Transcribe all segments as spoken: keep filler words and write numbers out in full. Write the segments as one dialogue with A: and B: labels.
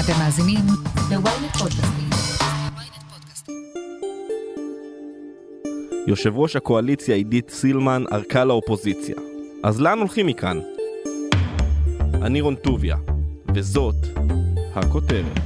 A: אתם מאזינים ל-ynet פודקאסטים.
B: יושב ראש הקואליציה עידית סילמן ערכה לאופוזיציה. אז לאן הולכים מכאן? אני רון טוביה, וזאת הכותרת.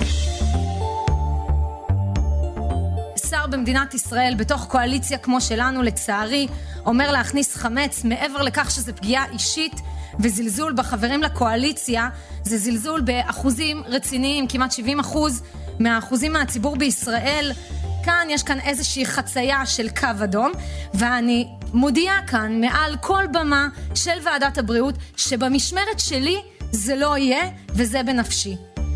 C: שר במדינת ישראל בתוך קואליציה כמו שלנו, לצערי, אומר להכניס חמץ מעבר לכך שזה פגיעה אישית וזלזול בחברים לקואליציה. זה זלזול באחוזים רציניים, כמעט שבעים אחוז מהאחוזים מהציבור בישראל. כאן יש כאן איזושהי חצייה של קו אדום, ואני מודיעה כאן מעל כל במה של ועדת הבריאות שבמשמרת שלי זה לא יהיה, וזה בנפשי.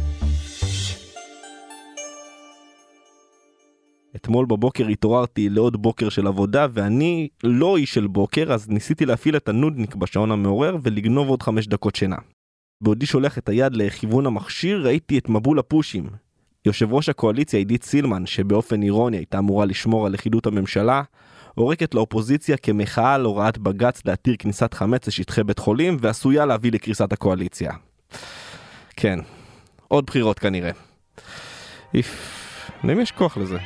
B: אתמול בבוקר התעוררתי לעוד בוקר של עבודה, ואני לא איש של בוקר, אז ניסיתי להפעיל את הנודניק בשעון המעורר ולגנוב עוד חמש דקות שינה. בעודי שולח את היד לכיוון המכשיר, ראיתי את מבול הפושים. יושב ראש הקואליציה עידית סילמן, שבאופן אירוני הייתה אמורה לשמור על לכידות הממשלה, עורקת לאופוזיציה כמחאה על הוראת בג"ץ להתיר כניסת חמץ לשטחי בית חולים, ועשויה להביא לקריסת הקואליציה. כן, עוד בחירות כנראה. איף, למי יש כוח לזה?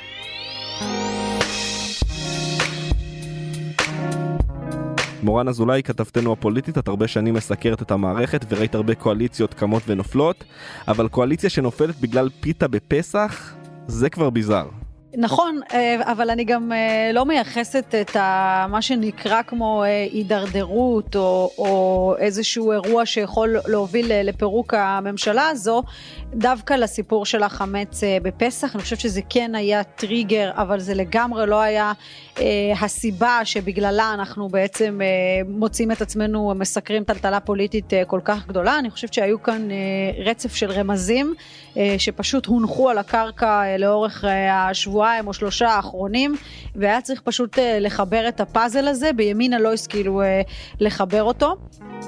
B: מורן אזולאי, כתבתנו הפוליטית, את הרבה שנים מסקרת את המערכת וראית הרבה קואליציות קמות ונופלות, אבל קואליציה שנופלת בגלל פיתה בפסח, זה כבר ביזר.
D: נכון, אבל אני גם לא מייחסת את מה שנקרא כמו הידרדרות או, או איזשהו אירוע שיכול להוביל לפירוק הממשלה הזו, דווקא לסיפור של החמץ בפסח. אני חושבת שזה כן היה טריגר, אבל זה לגמרי לא היה הסיבה שבגללה אנחנו בעצם מוצאים את עצמנו מסקרים טלטלה פוליטית כל כך גדולה. אני חושבת שהיו כאן רצף של רמזים שפשוט הונחו על הקרקע לאורך השבועיים או שלושה האחרונים, והיה צריך פשוט לחבר את הפאזל הזה. בימינה לא השכילו לחבר אותו.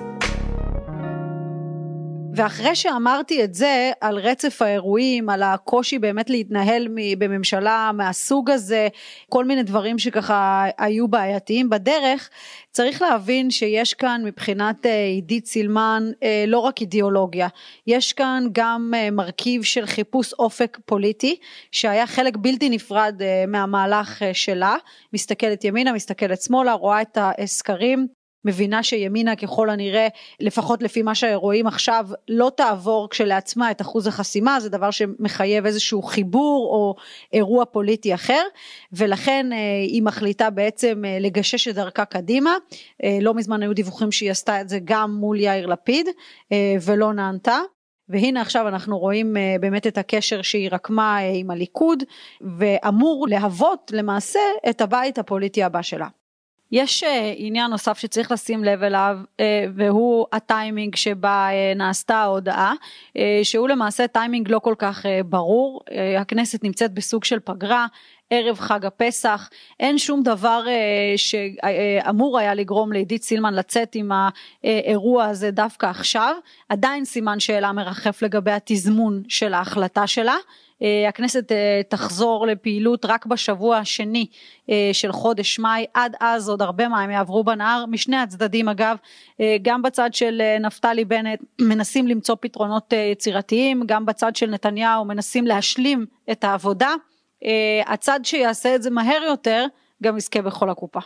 D: ואחרי שאמרתי את זה על רצף האירועים, על הקושי באמת להתנהל בממשלה מהסוג הזה, כל מיני דברים שככה היו בעייתיים בדרך, צריך להבין שיש כאן מבחינת עידית סילמן לא רק אידיאולוגיה, יש כאן גם מרכיב של חיפוש אופק פוליטי, שהיה חלק בלתי נפרד מהמהלך שלה. מסתכלת ימינה, מסתכלת שמאלה, רואה את הסקרים, מבינה שימינה ככל הנראה, לפחות לפי מה שרואים עכשיו, לא תעבור כשלעצמה את אחוז החסימה. זה דבר שמחייב איזשהו חיבור או אירוע פוליטי אחר, ולכן היא מחליטה בעצם לגשש את דרכה קדימה. לא מזמן היו דיווחים שהיא עשתה את זה גם מול יאיר לפיד, ולא נענתה. והנה עכשיו אנחנו רואים באמת את הקשר שהיא רקמה עם הליכוד, ואמור להוות למעשה את הבית הפוליטי הבא שלה. יש עניין נוסף שצריך לשים לב אליו, והוא הטיימינג שבה נעשתה ההודעה, שהוא למעשה טיימינג לא כל כך ברור. הכנסת נמצאת בסוג של פגרה, ערב חג הפסח, אין שום דבר שאמור היה לגרום לעידית סילמן לצאת עם האירוע הזה דווקא עכשיו. עדיין סימן שאלה מרחף לגבי התזמון של ההחלטה שלה. הכנסת תחזור לפעילות רק בשבוע השני של חודש מאי, עד אז עוד הרבה מים יעברו בנהר, משני הצדדים אגב, גם בצד של נפתלי בנט מנסים למצוא פתרונות יצירתיים, גם בצד של נתניהו מנסים להשלים את העבודה. הצד שיעשה את זה מהר יותר גם יזכה בכל הקופה.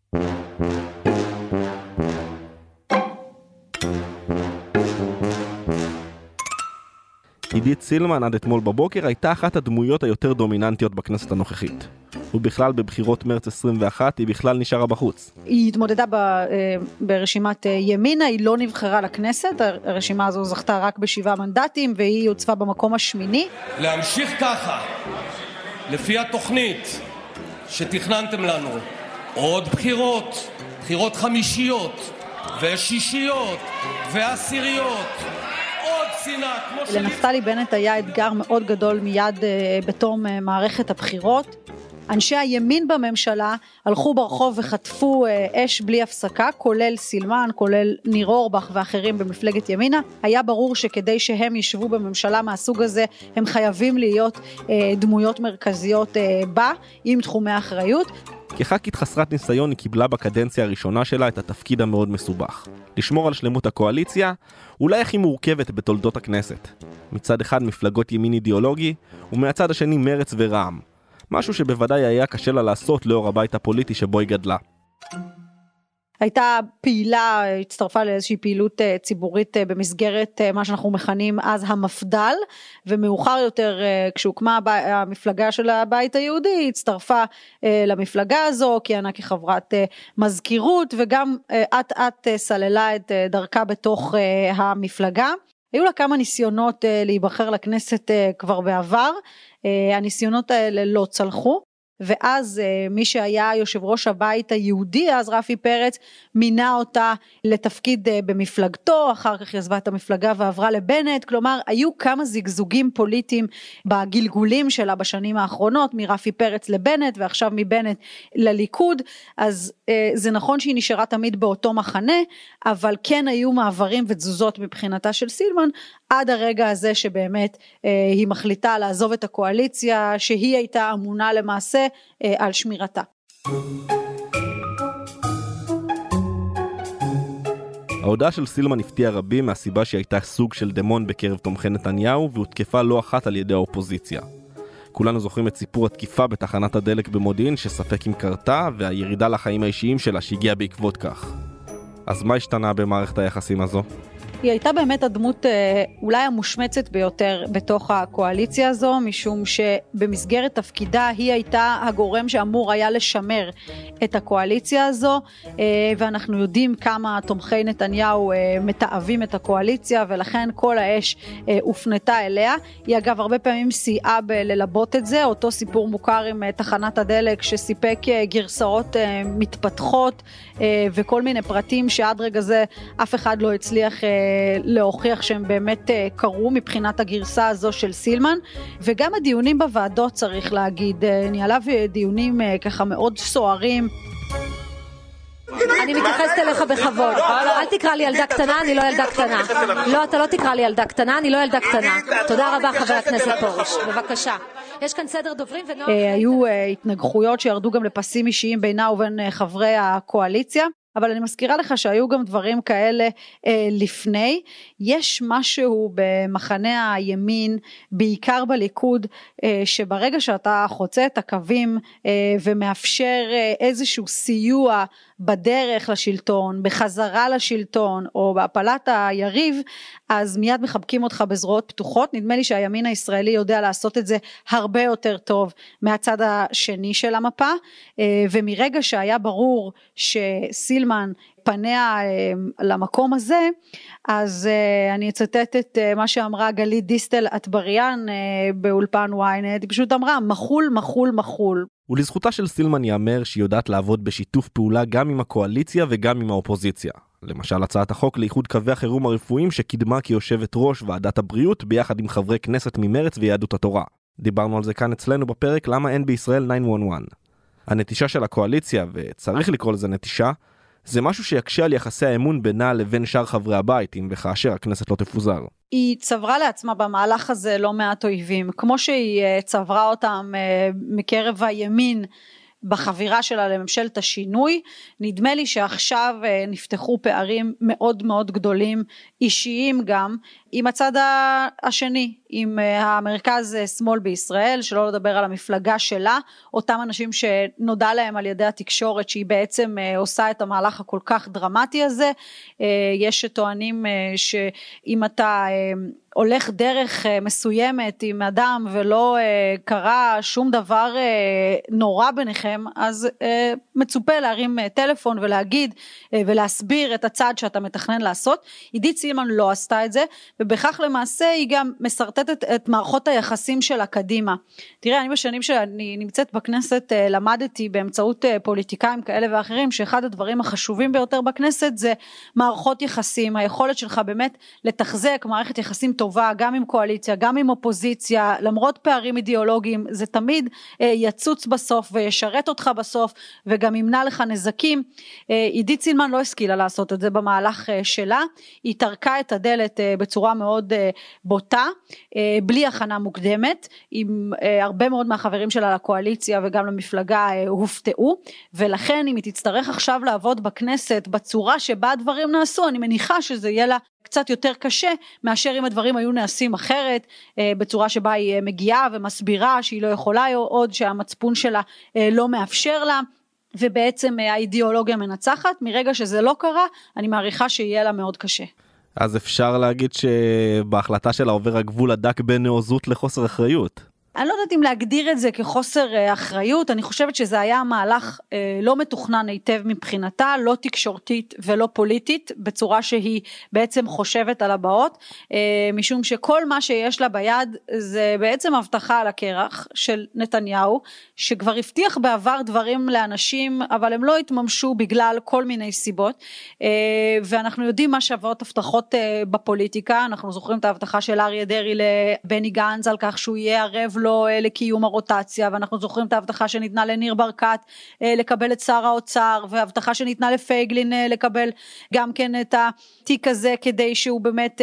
B: עידית סילמן עד אתמול בבוקר הייתה אחת הדמויות היותר דומיננטיות בכנסת הנוכחית. ובכלל בבחירות מרץ עשרים ואחת היא בכלל נשארה בחוץ.
D: היא התמודדה ב, ברשימת ימינה, היא לא נבחרה לכנסת, הרשימה הזו זכתה רק בשבעה מנדטים, והיא הוצבה במקום השמיני.
E: להמשיך ככה, לפי התוכנית שתכננתם לנו, עוד בחירות, בחירות חמישיות ושישיות ועשיריות,
D: לנפתלי בנט היה אתגר מאוד גדול מיד בתום מערכת הבחירות. אנשי הימין בממשלה הלכו ברחוב וחטפו אש בלי הפסקה, כולל סילמן, כולל ניר אורבך ואחרים במפלגת ימינה. היה ברור שכדי שהם ישבו בממשלה מהסוג הזה, הם חייבים להיות דמויות מרכזיות בה, עם תחומי אחריות.
B: כח"כית חסרת ניסיון היא קיבלה בקדנציה הראשונה שלה את התפקיד המאוד מסובך. לשמור על שלמות הקואליציה, אולי הכי מורכבת בתולדות הכנסת. מצד אחד מפלגות ימין אידיאולוגי, ומהצד השני מרץ ורע"מ. משהו שבוודאי היה קשה לה לעשות לאור הבית הפוליטי שבו היא גדלה.
D: הייתה פעילה, הצטרפה לאיזושהי פעילות ציבורית במסגרת מה שאנחנו מכנים אז המפד"ל, ומאוחר יותר כשהוקמה המפלגה של הבית היהודי, הצטרפה למפלגה הזו, כיהנה כחברת מזכירות, וגם עט עט סללה את דרכה בתוך המפלגה. היו לה כמה ניסיונות להיבחר לכנסת כבר בעבר, הניסיונות האלה לא צלחו, ואז מי שהיה יושב ראש הבית היהודי, אז רפי פרץ, מינה אותה לתפקיד במפלגתו, אחר כך היא עזבה את המפלגה ועברה לבנט, כלומר היו כמה זגזוגים פוליטיים בגלגולים שלה בשנים האחרונות, מרפי פרץ לבנט ועכשיו מבנט לליכוד, אז זה נכון שהיא נשארה תמיד באותו מחנה, אבל כן היו מעברים ותזוזות מבחינתה של סילמן, עד הרגע הזה שבאמת היא מחליטה לעזוב את הקואליציה, שהיא הייתה אמונה למעשה על שמירתה.
B: ההודעה של סילמן הפתיעה רבים מהסיבה שהיא הייתה סוג של דמון בקרב תומכי נתניהו, והותקפה לא אחת על ידי האופוזיציה. כולנו זוכרים את סיפור התקיפה בתחנת הדלק במודיעין שספק אם קרתה, והירידה לחיים האישיים שלה שהגיעה בעקבות כך. אז מה השתנה במערכת היחסים הזו?
D: היא הייתה באמת הדמות אולי המושמצת ביותר בתוך הקואליציה הזו, משום שבמסגרת תפקידה היא הייתה הגורם שאמור היה לשמר את הקואליציה הזו, ואנחנו יודעים כמה תומכי נתניהו מתאהבים את הקואליציה, ולכן כל האש הופנתה אליה. היא אגב הרבה פעמים סייעה בללבות את זה, אותו סיפור מוכר עם תחנת הדלק שסיפק גרסאות מתפתחות, וכל מיני פרטים שעד רגע זה אף אחד לא הצליח להוכיח שהם באמת קרו מבחינת הגרסה הזו של סילמן, וגם הדיונים בוועדות צריך להגיד, ניהלה דיונים ככה מאוד סוערים.
F: אני מתייחסת אליך בכבוד, אל תקרא לי ילדה קטנה, אני לא ילדה קטנה. לא, אתה לא תקרא לי ילדה קטנה, אני לא ילדה קטנה. תודה רבה חבר הכנסת פרוש, בבקשה. יש כאן סדר דוברים ונוח...
D: היו התנגחויות שירדו גם לפסים אישיים בינה ובין חברי הקואליציה, אבל אני מזכירה לך שהיו גם דברים כאלה אה, לפני. יש משהו במחנה הימין, בעיקר בליכוד, אה, שברגע שאתה חוצה את הקווים אה, ומאפשר אה, איזשהו סיוע בדרך לשלטון, בחזרה לשלטון או בהפלת היריב, אז מיד מחבקים אותך בזרועות פתוחות. נדמה לי שהימין הישראלי יודע לעשות את זה הרבה יותר טוב מהצד השני של המפה, ומרגע שהיה ברור שסילמן פניה למקום הזה, אז אני אצטט את מה שאמרה גלית דיסטל אטבריאן באולפן וויינט, היא פשוט אמרה מחול מחול מחול.
B: ולזכותה של סילמן יאמר שהיא יודעת לעבוד בשיתוף פעולה גם עם הקואליציה וגם עם האופוזיציה. למשל הצעת החוק לאיחוד קווי החירום הרפואיים שקידמה כיושבת ראש ועדת הבריאות ביחד עם חברי כנסת ממרץ ויהדות התורה. דיברנו על זה כאן אצלנו בפרק למה אין בישראל תשע אחת אחת. הנטישה של הקואליציה, וצריך לקרוא לזה נטישה, זה משהו שיקשה על יחסי האמון בינה לבין שאר חברי הבית, אם וכאשר הכנסת לא תפוזר.
D: היא צברה לעצמה במהלך הזה לא מעט אויבים, כמו שהיא צברה אותם מקרב הימין בחבירה שלה לממשלת השינוי. נדמה לי שעכשיו נפתחו פערים מאוד מאוד גדולים, אישיים גם, עם הצד השני, עם המרכז שמאל בישראל, שלא לדבר על המפלגה שלה, אותם אנשים שנודע להם על ידי התקשורת שהיא בעצם עושה את המהלך הכל כך דרמטי הזה. יש שטוענים שאם אתה הולך דרך מסוימת עם אדם ולא קרה שום דבר נורא ביניכם, אז מצופה להרים טלפון ולהגיד ולהסביר את הצעד שאתה מתכנן לעשות. עידית סילמן לא עשתה את זה, ובכך למעשה היא גם מסרטטת את מערכות היחסים שלה קדימה. תראה, אני בשנים שאני נמצאת בכנסת למדתי באמצעות פוליטיקאים כאלה ואחרים, שאחד הדברים החשובים ביותר בכנסת זה מערכות יחסים, היכולת שלך באמת לתחזק מערכת יחסים טובה, גם עם קואליציה, גם עם אופוזיציה, למרות פערים אידיאולוגיים, זה תמיד יצוץ בסוף וישרת אותך בסוף, וגם ימנע לך נזקים. עידית סילמן לא השכילה לעשות את זה במהלך שלה, היא תרקה את הדלת בצורה מאוד בוטה, בלי הכנה מוקדמת, עם הרבה מאוד מהחברים שלה לקואליציה וגם למפלגה הופתעו, ולכן אם היא תצטרך עכשיו לעבוד בכנסת בצורה שבה הדברים נעשו, אני מניחה שזה יהיה לה קצת יותר קשה מאשר אם הדברים היו נעשים אחרת, בצורה שבה היא מגיעה ומסבירה שהיא לא יכולה עוד, שהמצפון שלה לא מאפשר לה, ובעצם האידיאולוגיה מנצחת. מרגע שזה לא קרה, אני מעריכה שיהיה לה מאוד קשה.
B: אז אפשר להגיד שבהחלטה שלה עובר הגבול הדק בין נעוזות לחוסר אחריות.
D: אני לא יודעת אם להגדיר את זה כחוסר אחריות, אני חושבת שזה היה מהלך לא מתוכנן היטב מבחינתה, לא תקשורתית ולא פוליטית, בצורה שהיא בעצם חושבת על הבאות, משום שכל מה שיש לה ביד זה בעצם הבטחה על הקרח של נתניהו, שכבר הבטיח בעבר דברים לאנשים, אבל הם לא התממשו בגלל כל מיני סיבות, ואנחנו יודעים מה שוות הבטחות בפוליטיקה, אנחנו זוכרים את ההבטחה של אריה דרעי לבני גנץ על כך שהוא יהיה ערב לו לקיום הרוטציה, ואנחנו זוכרים את ההבטחה שניתנה לניר ברקת לקבל את שר האוצר, וההבטחה שניתנה לפייגלין לקבל גם כן את התיק הזה, כדי שהוא באמת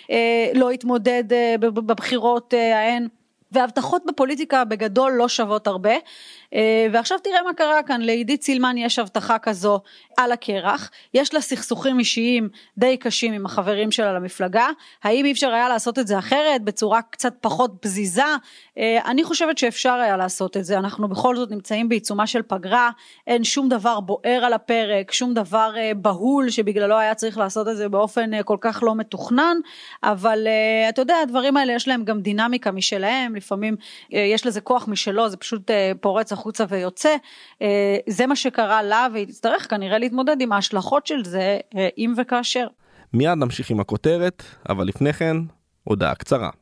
D: לא יתמודד בבחירות ההן, והבטחות בפוליטיקה בגדול לא שוות הרבה, ועכשיו תראה מה קרה כאן. לעידית סילמן יש הבטחה כזו על הקרח, יש לה סכסוכים אישיים די קשים עם החברים שלה למפלגה, האם אי אפשר היה לעשות את זה אחרת, בצורה קצת פחות בזיזה? אני חושבת שאפשר היה לעשות את זה, אנחנו בכל זאת נמצאים בעיצומה של פגרה, אין שום דבר בוער על הפרק, שום דבר בהול שבגללו היה צריך לעשות את זה באופן כל כך לא מתוכנן, אבל אתה יודע, הדברים האלה יש להם גם דינמיקה משלהם, לפעמים יש לזה כוח משלו, זה פשוט פורץ החוצה ויוצא, זה מה שקרה לה, והיא תצטרך כנראה להתמודד עם ההשלכות של זה, אם וכאשר.
B: מיד נמשיך עם הכותרת, אבל לפני כן, הודעה קצרה.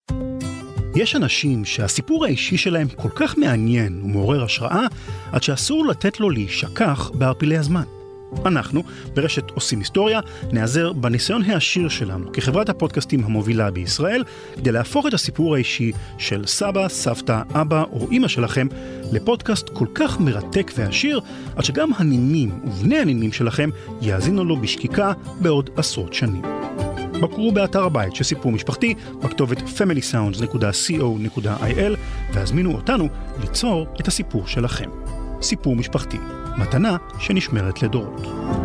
G: יש אנשים שהסיפור האישי שלהם כל כך מעניין ומעורר השראה, עד שאסור לתת לו להישכח בערפילי הזמן. אנחנו, ברשת עושים היסטוריה, נעזר בניסיון העשיר שלנו כחברת הפודקאסטים המובילה בישראל, כדי להפוך את הסיפור האישי של סבא, סבתא, אבא או אמא שלכם לפודקאסט כל כך מרתק ועשיר, עד שגם הנינים ובני הנינים שלכם יאזינו לו בשקיקה בעוד עשרות שנים. בקרו באתר הבית של סיפור משפחתי, בכתובת פמילי סאונדס נקודה קו נקודה איי אל, והזמינו אותנו ליצור את הסיפור שלכם. סיפור משפחתי, מתנה שנשמרת לדורות.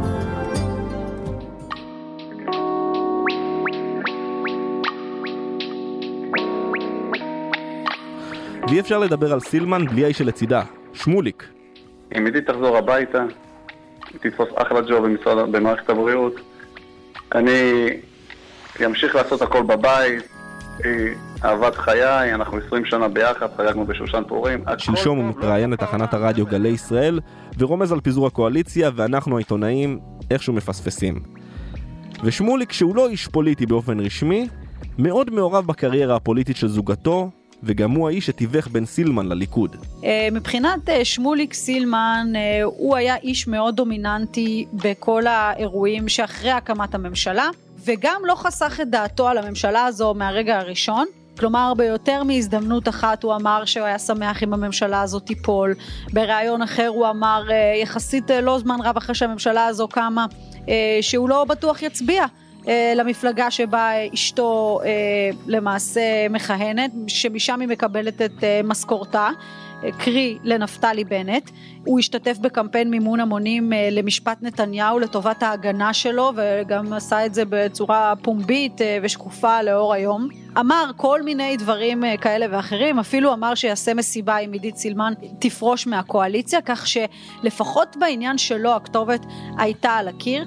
B: ואי אפשר לדבר על סילמן בלי האיש שלצידה, שמוליק.
H: אם עידית תחזור הביתה, תתפוס אחלה ג'וב במשרד, במערכת הבריאות, אני אמשיך לעשות הכל בבית, אהבת חיי, אנחנו עשרים שנה ביחד, חגגנו בשושן פורים.
B: שלשום הוא מתראיין לתחנת הרדיו גלי ישראל, ורומז על פיזור הקואליציה, ואנחנו העיתונאים איכשהו מפספסים. ושמוליק, שהוא לא איש פוליטי באופן רשמי, מאוד מעורב בקריירה הפוליטית של זוגתו, וגם הוא האיש שתיווך בין סילמן לליכוד.
D: מבחינת שמוליק סילמן, הוא היה איש מאוד דומיננטי בכל האירועים שאחרי הקמת הממשלה, וגם לא חסך את דעתו על הממשלה הזו מהרגע הראשון. כלומר, ביותר מהזדמנות אחת הוא אמר שהוא היה שמח אם הממשלה הזו תיפול. ברעיון אחר הוא אמר, יחסית לא זמן רב אחרי שהממשלה הזו קמה, שהוא לא בטוח יצביע למפלגה שבה אשתו למעשה מכהנת, שמשם היא מקבלת את משכורתה, קרי לנפתלי בנט. הוא השתתף בקמפיין מימון המונים למשפט נתניהו לטובת ההגנה שלו, וגם עשה את זה בצורה פומבית ושקופה לאור היום. אמר כל מיני דברים כאלה ואחרים, אפילו אמר שיעשה מסיבה עם עידית סילמן תפרוש מהקואליציה, כך שלפחות בעניין שלו הכתובת הייתה על הקיר.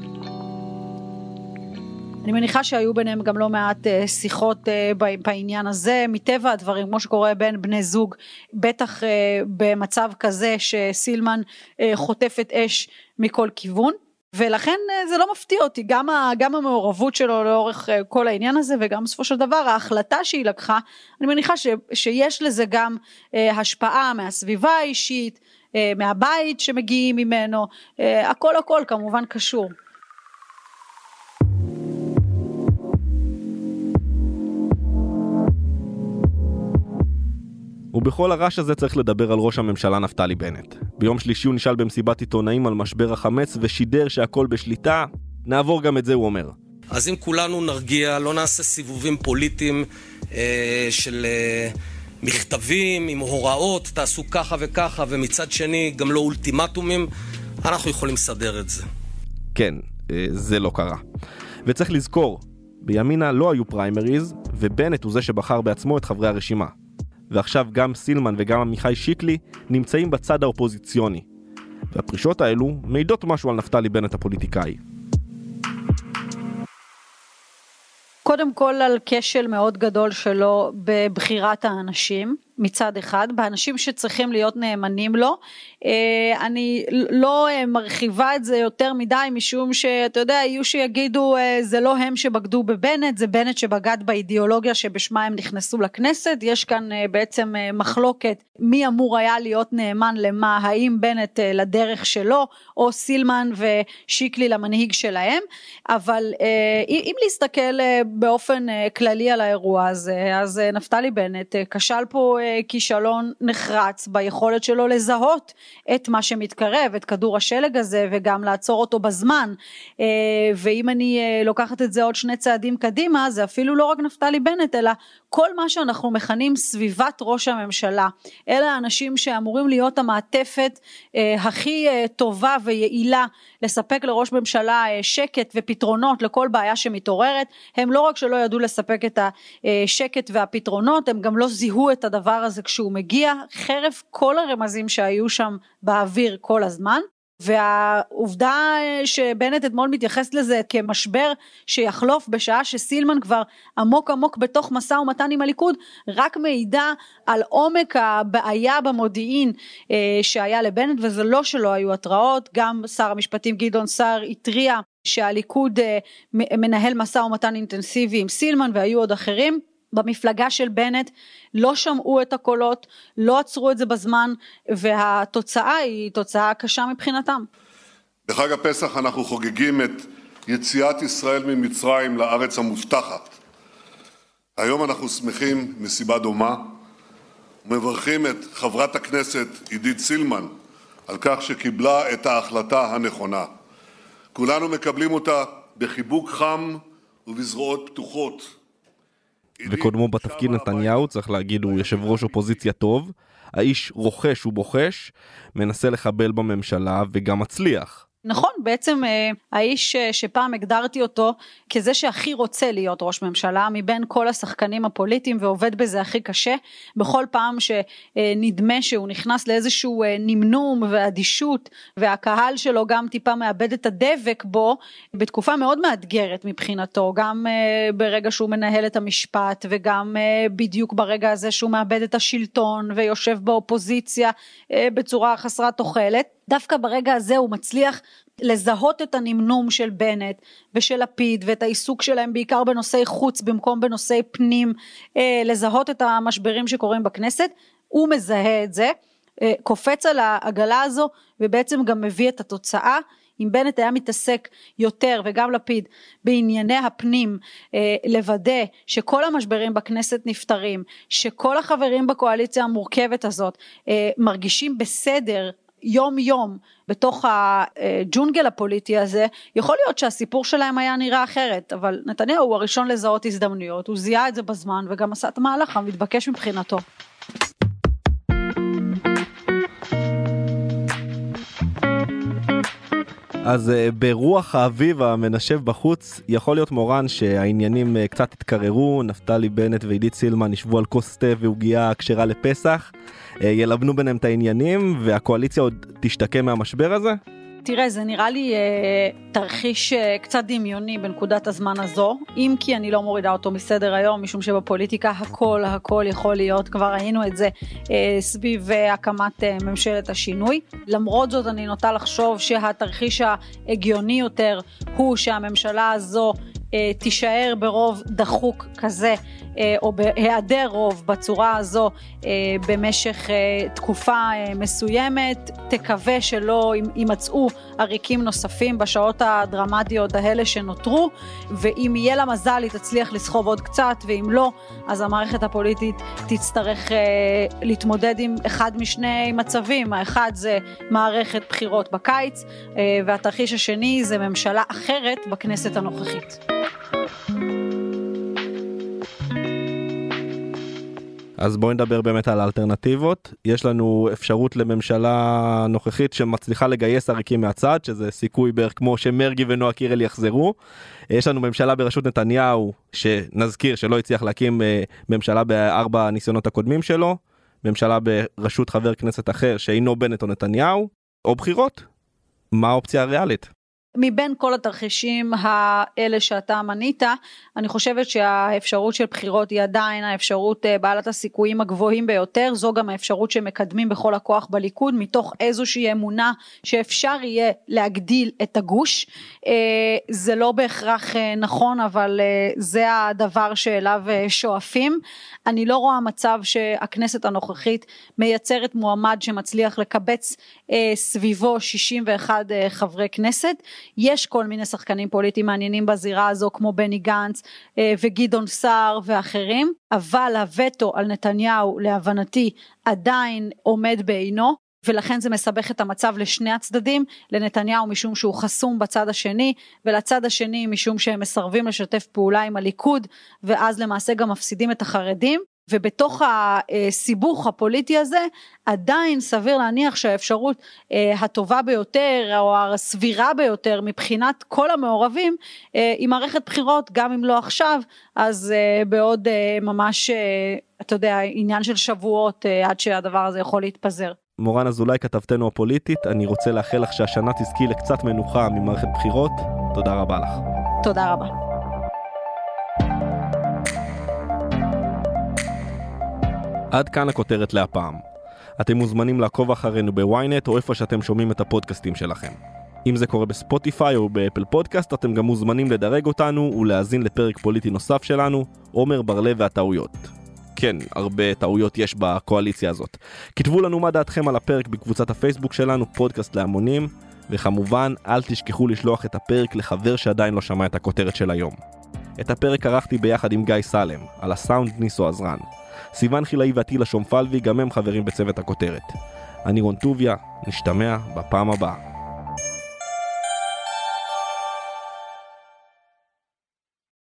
D: אני מניחה שהיו ביניהם גם לא מעט שיחות בעניין הזה, מטבע הדברים, כמו שקורה בין בני זוג, בטח במצב כזה שסילמן חוטפת אש מכל כיוון. ולכן זה לא מפתיע אותי, גם, גם המעורבות שלו לאורך כל העניין הזה, וגם בסופו של דבר ההחלטה שהיא לקחה, אני מניחה ש, שיש לזה גם השפעה מהסביבה האישית, מהבית שמגיעים ממנו, הכל הכל כמובן קשור.
B: ובכל הרעש הזה צריך לדבר על ראש הממשלה נפתלי בנט. ביום שלישי הוא נשאל במסיבת עיתונאים על משבר החמץ ושידר שהכל בשליטה. נעבור גם את זה, הוא אומר.
E: אז אם כולנו נרגיע, לא נעשה סיבובים פוליטיים אה, של אה, מכתבים עם הוראות, תעשו ככה וככה, ומצד שני גם לא אולטימטומים, אנחנו יכולים לסדר את זה.
B: כן, אה, זה לא קרה. וצריך לזכור, בימינה לא היו פריימריז, ובנט הוא זה שבחר בעצמו את חברי הרשימה. ועכשיו גם סילמן וגם עמיחי שיקלי נמצאים בצד האופוזיציוני. והפרישות האלו מעידות משהו על נפתלי בנט הפוליטיקאי.
D: קודם כל על כשל מאוד גדול שלו בבחירת האנשים, מצד אחד, באנשים שצריכים להיות נאמנים לו. אני לא מרחיבה את זה יותר מדי, משום שאתה יודע, יהיו שיגידו, זה לא הם שבגדו בבנט, זה בנט שבגד באידיאולוגיה שבשמה הם נכנסו לכנסת. יש כאן בעצם מחלוקת מי אמור היה להיות נאמן למה, האם בנט לדרך שלו, או סילמן ושיקלי למנהיג שלהם. אבל אם להסתכל באופן כללי על האירוע הזה, אז נפתלי בנט כשל פה כישלון נחרץ ביכולת שלו לזהות את מה שמתקרב, את כדור השלג הזה, וגם לעצור אותו בזמן. ואם אני לוקחת את זה עוד שני צעדים קדימה, זה אפילו לא רק נפתלי בנט, אלא כל מה שאנחנו מכנים סביבת ראש הממשלה. אלה האנשים שאמורים להיות המעטפת הכי טובה ויעילה, לספק לראש ממשלה שקט ופתרונות לכל בעיה שמתעוררת. הם לא רק שלא ידעו לספק את השקט והפתרונות, הם גם לא זיהו את הדבר הזה כשהוא מגיע, חרף כל הרמזים שהיו שם באוויר כל הזמן. והעובדה שבנט אתמול מתייחס לזה כמשבר שיחלוף בשעה שסילמן כבר עמוק עמוק בתוך מסע ומתן עם הליכוד, רק מעידה על עומק הבעיה במודיעין שהיה לבנט, וזה לא שלא היו התראות. גם שר המשפטים גדעון סער התריע שהליכוד מנהל מסע ומתן אינטנסיבי עם סילמן, והיו עוד אחרים. במפלגה של בנט לא שמעו את הקולות, לא עצרו את זה בזמן, והתוצאה היא תוצאה קשה מבחינתם.
I: בחג הפסח אנחנו חוגגים את יציאת ישראל ממצרים לארץ המובטחת. היום אנחנו שמחים מסיבה דומה, ומברכים את חברת הכנסת עידית סילמן על כך שקיבלה את ההחלטה הנכונה. כולנו מקבלים אותה בחיבוק חם ובזרועות פתוחות.
B: וקודמו בתפקיד נתניהו, צריך להגיד, הוא יושב ראש אופוזיציה טוב, האיש רוכש ובוחש, מנסה לחבל בממשלה וגם מצליח.
D: נכון, בעצם האיש שפעם הגדרתי אותו כזה שהכי רוצה להיות ראש ממשלה מבין כל השחקנים הפוליטיים, ועובד בזה הכי קשה. בכל פעם שנדמה שהוא נכנס לאיזשהו נמנום ואדישות, והקהל שלו גם טיפה מאבד את הדבק בו, בתקופה מאוד מאתגרת מבחינתו, גם ברגע שהוא מנהל את המשפט, וגם בדיוק ברגע הזה שהוא מאבד את השלטון ויושב באופוזיציה בצורה חסרת תוחלת. דווקא ברגע הזה הוא מצליח לזהות את הנמנום של בנט ושל לפיד, ואת העיסוק שלהם בעיקר בנושאי חוץ במקום בנושאי פנים, לזהות את המשברים שקורים בכנסת. הוא מזהה את זה, קופץ על העגלה הזו, ובעצם גם מביא את התוצאה. אם בנט היה מתעסק יותר, וגם לפיד, בענייני הפנים, לוודא שכל המשברים בכנסת נפתרים, שכל החברים בקואליציה המורכבת הזאת מרגישים בסדר יום יום בתוך הג'ונגל הפוליטי הזה, יכול להיות שהסיפור שלהם היה נראה אחרת. אבל נתניהו הוא הראשון לזהות הזדמנויות, הוא זיהה את זה בזמן וגם עשה את המהלך המתבקש מבחינתו.
B: אז ברוח האביב המנשב בחוץ, יכול להיות מורן שהעניינים קצת התקררו, נפתלי בנט ועידית סילמן ישבו על כוס תה והוגיה כשרה לפסח, ילבנו ביניהם את העניינים, והקואליציה עוד תשתקם מהמשבר הזה?
D: תראה, זה נראה לי אה, תרחיש אה, קצת דמיוני בנקודת הזמן הזו, אם כי אני לא מורידה אותו מסדר היום, משום שבפוליטיקה הכל הכל יכול להיות, כבר ראינו את זה אה, סביב אה, הקמת אה, ממשלת השינוי. למרות זאת אני נוטה לחשוב שהתרחיש ההגיוני יותר הוא שהממשלה הזו אה, תישאר ברוב דחוק כזה, אה, או בהיעדר רוב בצורה הזו אה, במשך אה, תקופה אה, מסוימת, תקווה שלא יימצאו עריקים נוספים בשעות הדרמטיות האלה שנותרו, ואם יהיה לה מזל היא תצליח לסחוב עוד קצת, ואם לא, אז המערכת הפוליטית תצטרך אה, להתמודד עם אחד משני מצבים. האחד זה מערכת בחירות בקיץ, אה, והתרחיש השני זה ממשלה אחרת בכנסת הנוכחית.
B: אז בואי נדבר באמת על האלטרנטיבות. יש לנו אפשרות לממשלה נוכחית שמצליחה לגייס עריקים מהצד, שזה סיכוי בערך כמו שמרגי ונועה קירל יחזרו. יש לנו ממשלה בראשות נתניהו, שנזכיר שלא הצליח להקים ממשלה בארבע הניסיונות הקודמים שלו, ממשלה בראשות חבר כנסת אחר שאינו בנט או נתניהו, או בחירות. מה האופציה הריאלית?
D: מבין כל התרחישים האלה שאתה מנית, אני חושבת שהאפשרות של בחירות היא עדיין האפשרות בעלת הסיכויים הגבוהים ביותר, זו גם האפשרות שמקדמים בכל הכוח בליכוד, מתוך איזושהי אמונה שאפשר יהיה להגדיל את הגוש. זה לא בהכרח נכון, אבל זה הדבר שאליו שואפים. אני לא רואה מצב שהכנסת הנוכחית מייצרת מועמד שמצליח לקבץ סביבו שישים ואחד חברי כנסת. יש כל מיני שחקנים פוליטיים מעניינים בזירה הזו, כמו בני גנץ וגדעון סער ואחרים, אבל הווטו על נתניהו להבנתי עדיין עומד בעינו, ולכן זה מסבך את המצב לשני הצדדים, לנתניהו משום שהוא חסום בצד השני, ולצד השני משום שהם מסרבים לשתף פעולה עם הליכוד, ואז למעשה גם מפסידים את החרדים. ובתוך הסיבוך הפוליטי הזה, עדיין סביר להניח שהאפשרות הטובה ביותר, או הסבירה ביותר, מבחינת כל המעורבים, היא מערכת בחירות, גם אם לא עכשיו, אז בעוד ממש, אתה יודע, עניין של שבועות, עד שהדבר הזה יכול להתפזר.
B: מורן אזולאי, כתבתנו הפוליטית, אני רוצה לאחל לך שהשנה תזכי לקצת מנוחה ממערכת בחירות. תודה רבה לך.
D: תודה רבה.
B: עד כאן הכותרת להפעם. אתם מוזמנים לעקוב אחרינו בוויינט או איפה שאתם שומעים את הפודקאסטים שלכם. אם זה קורה בספוטיפיי או באפל פודקאסט, אתם גם מוזמנים לדרג אותנו ולהאזין לפרק פוליטי נוסף שלנו, עומר בר-לב והטעויות. כן, הרבה טעויות יש בקואליציה הזאת. כתבו לנו מה דעתכם על הפרק בקבוצת הפייסבוק שלנו, פודקאסט להמונים, וכמובן, אל תשכחו לשלוח את הפרק לחבר שעדיין לא שמע את הכותרת של היום. את הפרק ערכתי ביחד עם גיא סלם, על הסאונד ניסו עזרן. סיוון חילאי ועטילה שומפלבי, גם הם חברים בצוות הכותרת. אני רון טוביה, נשתמע בפעם הבאה.